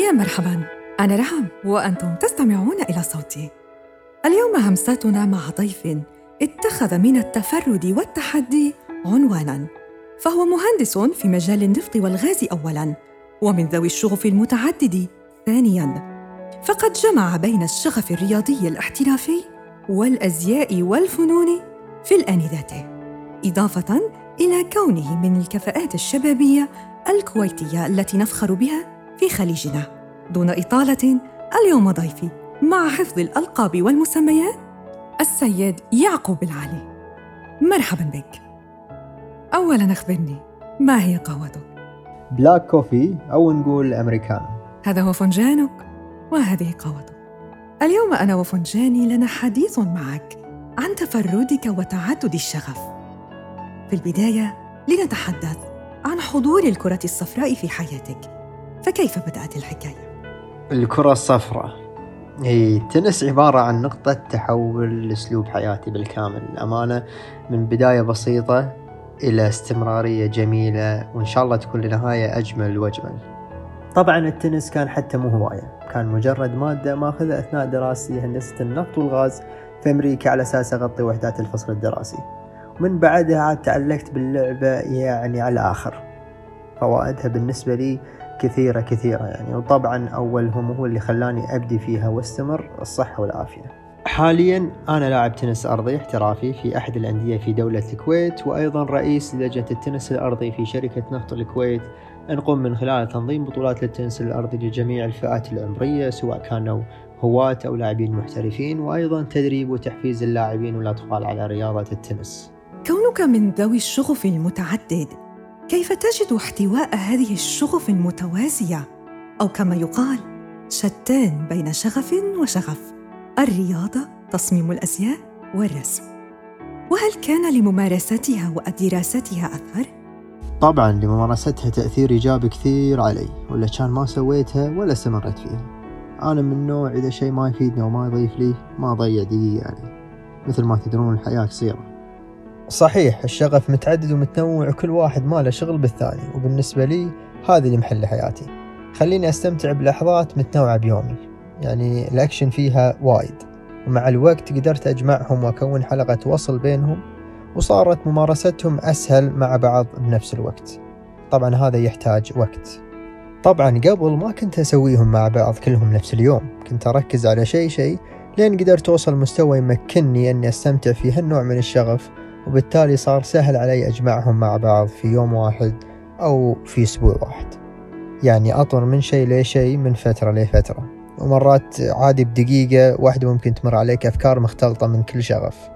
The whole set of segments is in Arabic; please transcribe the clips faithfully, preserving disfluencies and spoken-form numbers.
يا مرحباً، أنا رحم وأنتم تستمعون إلى صوتي. اليوم همساتنا مع ضيف اتخذ من التفرد والتحدي عنوانا، فهو مهندس في مجال النفط والغاز أولاً، ومن ذوي الشغف المتعدد ثانياً، فقد جمع بين الشغف الرياضي الاحترافي والأزياء والفنون في الآن ذاته، إضافة إلى كونه من الكفاءات الشبابية الكويتية التي نفخر بها في خليجنا. دون إطالة، اليوم ضيفي مع حفظ الألقاب والمسميات السيد يعقوب العالي. مرحباً بك. أولاً أخبرني، ما هي قهوتك؟ بلاك كوفي أو نقول أمريكانو. هذا هو فنجانك وهذه قهوتك. اليوم أنا وفنجاني لنا حديث معك عن تفردك وتعدد الشغف. في البداية لنتحدث عن حضور الكرة الصفراء في حياتك، فكيف بدأت الحكاية؟ الكرة الصفراء هي التنس عبارة عن نقطة تحول لأسلوب حياتي بالكامل، الأمانة من بداية بسيطة إلى استمرارية جميلة، وإن شاء الله تكون لنهاية أجمل وأجمل. طبعا التنس كان حتى مو هواية، كان مجرد مادة ماخذها أثناء دراستي هندسة النفط والغاز في أمريكا على أساس أغطي وحدات الفصل الدراسي، ومن بعدها عاد تعلقت باللعبة يعني على الآخر. فوائدها بالنسبة لي كثيرة كثيرة يعني، وطبعا أولهم هو اللي خلاني أبدي فيها واستمر، الصحة والعافية. حاليا أنا لاعب تنس أرضي احترافي في أحد الأندية في دولة الكويت، وأيضا رئيس لجنة التنس الأرضي في شركة نفط الكويت. نقوم من خلال تنظيم بطولات للتنس الأرضي لجميع الفئات العمرية، سواء كانوا هواة أو لاعبين محترفين، وأيضا تدريب وتحفيز اللاعبين والأطفال على رياضة التنس. كونك من ذوي الشغف المتعدد، كيف تجد احتواء هذه الشغف المتوازية، أو كما يقال شتان بين شغف وشغف، الرياضة، تصميم الأزياء والرسم؟ وهل كان لممارستها ودراستها أثر؟ طبعا لممارستها تأثير إيجابي كثير علي، ولا كان ما سويتها ولا استمرت فيها. أنا من نوع إذا شيء ما يفيدني وما يضيف لي ما أضيع دقيقة يعني، مثل ما تدرون الحياة قصيرة. صحيح الشغف متعدد ومتنوع، وكل واحد ما له شغل بالثاني، وبالنسبة لي هذه اللي محل حياتي. خليني أستمتع بلحظات متنوعة بيومي، يعني الأكشن فيها وايد، ومع الوقت قدرت أجمعهم وأكون حلقة وصل بينهم، وصارت ممارستهم أسهل مع بعض بنفس الوقت. طبعا هذا يحتاج وقت. طبعا قبل ما كنت أسويهم مع بعض كلهم نفس اليوم، كنت أركز على شيء شيء لين قدرت أوصل مستوى يمكنني أني أستمتع في هالنوع من الشغف، وبالتالي صار سهل علي أجمعهم مع بعض في يوم واحد أو في أسبوع واحد. يعني أطر من شيء لشيء من فترة لفترة، ومرات عادي بدقيقة واحدة ممكن تمر عليك أفكار مختلطة من كل شغف.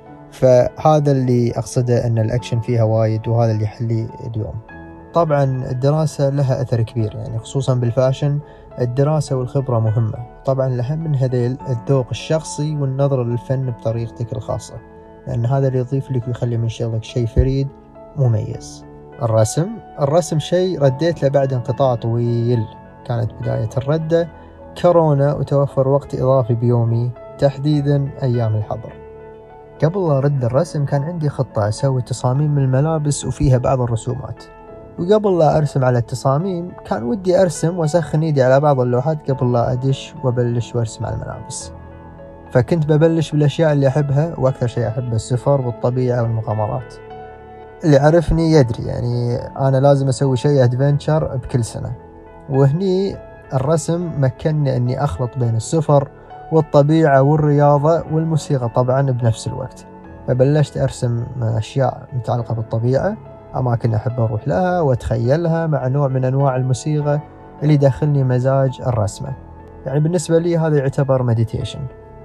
فهذا اللي أقصده، أن الأكشن فيها وايد، وهذا اللي يحلي اليوم. طبعا الدراسة لها أثر كبير يعني، خصوصا بالفاشن الدراسة والخبرة مهمة. طبعا الأهم من هذيل الذوق الشخصي والنظرة للفن بطريقتك الخاصة، لأن هذا اللي يضيف لك ويخلي من شغلك شيء فريد مميز. الرسم الرسم شيء رديت له بعد انقطاع طويل، كانت بداية الردة كورونا وتوفر وقت إضافي بيومي، تحديدا أيام الحظر. قبل لا أرد الرسم كان عندي خطة أسوي تصاميم من الملابس وفيها بعض الرسومات، وقبل لا أرسم على التصاميم كان ودي أرسم وأسخن إيدي على بعض اللوحات قبل لا أدش وأبلش وأرسم على الملابس. فكنت ببلش بالأشياء اللي أحبها، وأكثر شيء أحب السفر والطبيعة والمغامرات. اللي عرفني يدري يعني أنا لازم أسوي شيء أدفنتشر بكل سنة، وهني الرسم مكنني أني أخلط بين السفر والطبيعة والرياضة والموسيقى طبعا بنفس الوقت. فبلشت أرسم أشياء متعلقة بالطبيعة، أماكن أحب أروح لها وأتخيلها مع نوع من أنواع الموسيقى اللي يدخلني مزاج الرسمة. يعني بالنسبة لي هذا يعتبر مديتيشن.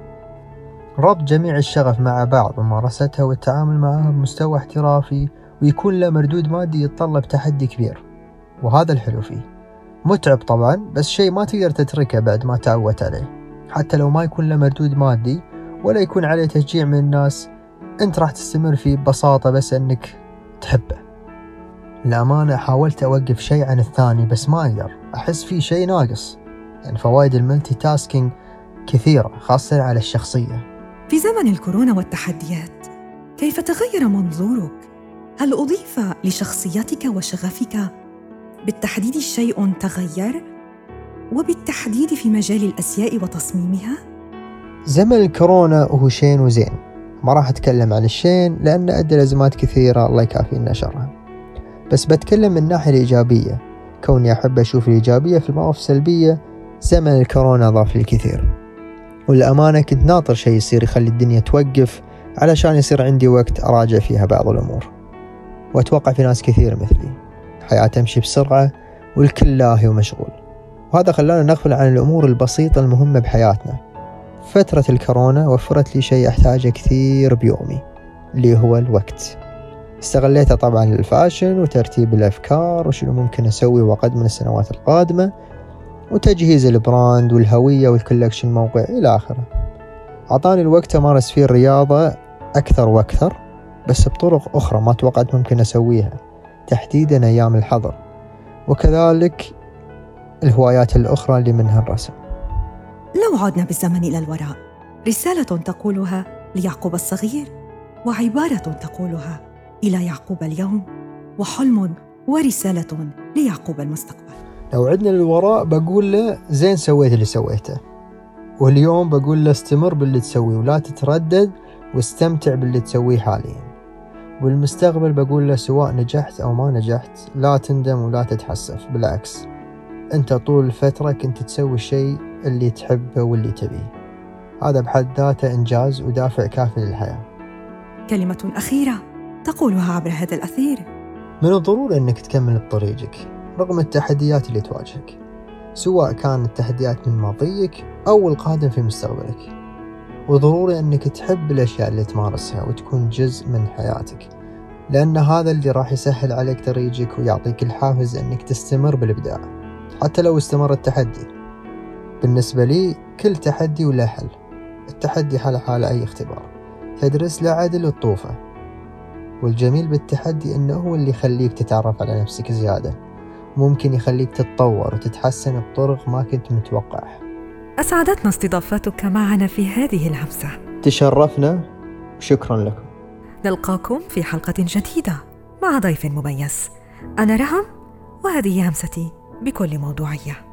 ربط جميع الشغف مع بعض وممارستها والتعامل معها بمستوى احترافي ويكون له مردود مادي يتطلب تحدي كبير، وهذا الحلو فيه. متعب طبعا، بس شيء ما تقدر تتركه بعد ما تعودت عليه، حتى لو ما يكون له مردود مادي ولا يكون عليه تشجيع من الناس، انت راح تستمر فيه ببساطة بس انك تحبه. الأمانة حاولت أوقف شيء عن الثاني بس ما أقدر، أحس فيه شيء ناقص. يعني فوائد الملتي تاسكينج كثيرة خاصة على الشخصية. في زمن الكورونا والتحديات، كيف تغير منظورك؟ هل أضيف لشخصيتك وشغفك بالتحديد شيء تغير؟ وبالتحديد في مجال الأزياء وتصميمها؟ زمن الكورونا هو شين وزين، ما راح أتكلم عن الشين لأن أدى لأزمات كثيرة الله يكافينا شرها، بس بتكلم من الناحية الإيجابية، كوني أحب أشوف الإيجابية في المواقف السلبية. زمن الكورونا ضاف لي الكثير، والأمانة كنت ناطر شيء يصير يخلي الدنيا توقف علشان يصير عندي وقت أراجع فيها بعض الأمور. وأتوقع في ناس كثير مثلي حياة تمشي بسرعة والكل لاهي ومشغول، وهذا خلانا نغفل عن الأمور البسيطة المهمة بحياتنا. فترة الكورونا وفرت لي شيء أحتاجه كثير بيومي، اللي هو الوقت. استغليته طبعا للفاشن وترتيب الأفكار وشنو ممكن أسوي وأقدم السنوات القادمة، وتجهيز البراند والهوية والكولكشن موقع إلى آخره. أعطاني الوقت أمارس فيه الرياضة أكثر وأكثر، بس بطرق أخرى ما توقعت ممكن أسويها، تحديدا أيام الحظر، وكذلك الهوايات الأخرى اللي منها الرسم. لو عدنا بالزمن إلى الوراء، رسالة تقولها ليعقوب الصغير وعبارة تقولها إلى يعقوب اليوم، وحلم ورسالة ليعقوب المستقبل. لو عدنا للوراء بقول له زين سويت اللي سويته، واليوم بقول له استمر باللي تسويه ولا تتردد واستمتع باللي تسويه حاليا. والمستقبل بقول له سواء نجحت أو ما نجحت لا تندم ولا تتحسف، بالعكس أنت طول الفترة كنت تسوي الشيء اللي تحبه واللي تبيه، هذا بحد ذاته إنجاز ودافع كافي للحياة. كلمة أخيرة تقولها عبر هذا الأثير: من الضروري أنك تكمل بطريقك رغم التحديات اللي تواجهك، سواء كانت التحديات من ماضيك أو القادم في مستقبلك، وضروري أنك تحب الأشياء اللي تمارسها وتكون جزء من حياتك، لأن هذا اللي راح يسهل عليك طريقك ويعطيك الحافز أنك تستمر بالإبداع حتى لو استمر التحدي. بالنسبة لي كل تحدي وله حل، التحدي حل حال أي اختبار، تدرس له عدل وتطوفه، والجميل بالتحدي أنه هو اللي يخليك تتعرف على نفسك زيادة، ممكن يخليك تتطور وتتحسن بطرق ما كنت متوقعها. أسعدتنا استضافتك معنا في هذه الهمسة، تشرفنا وشكرا لكم. نلقاكم في حلقة جديدة مع ضيف مميز. أنا رهم، وهذه همستي بكل موضوعية.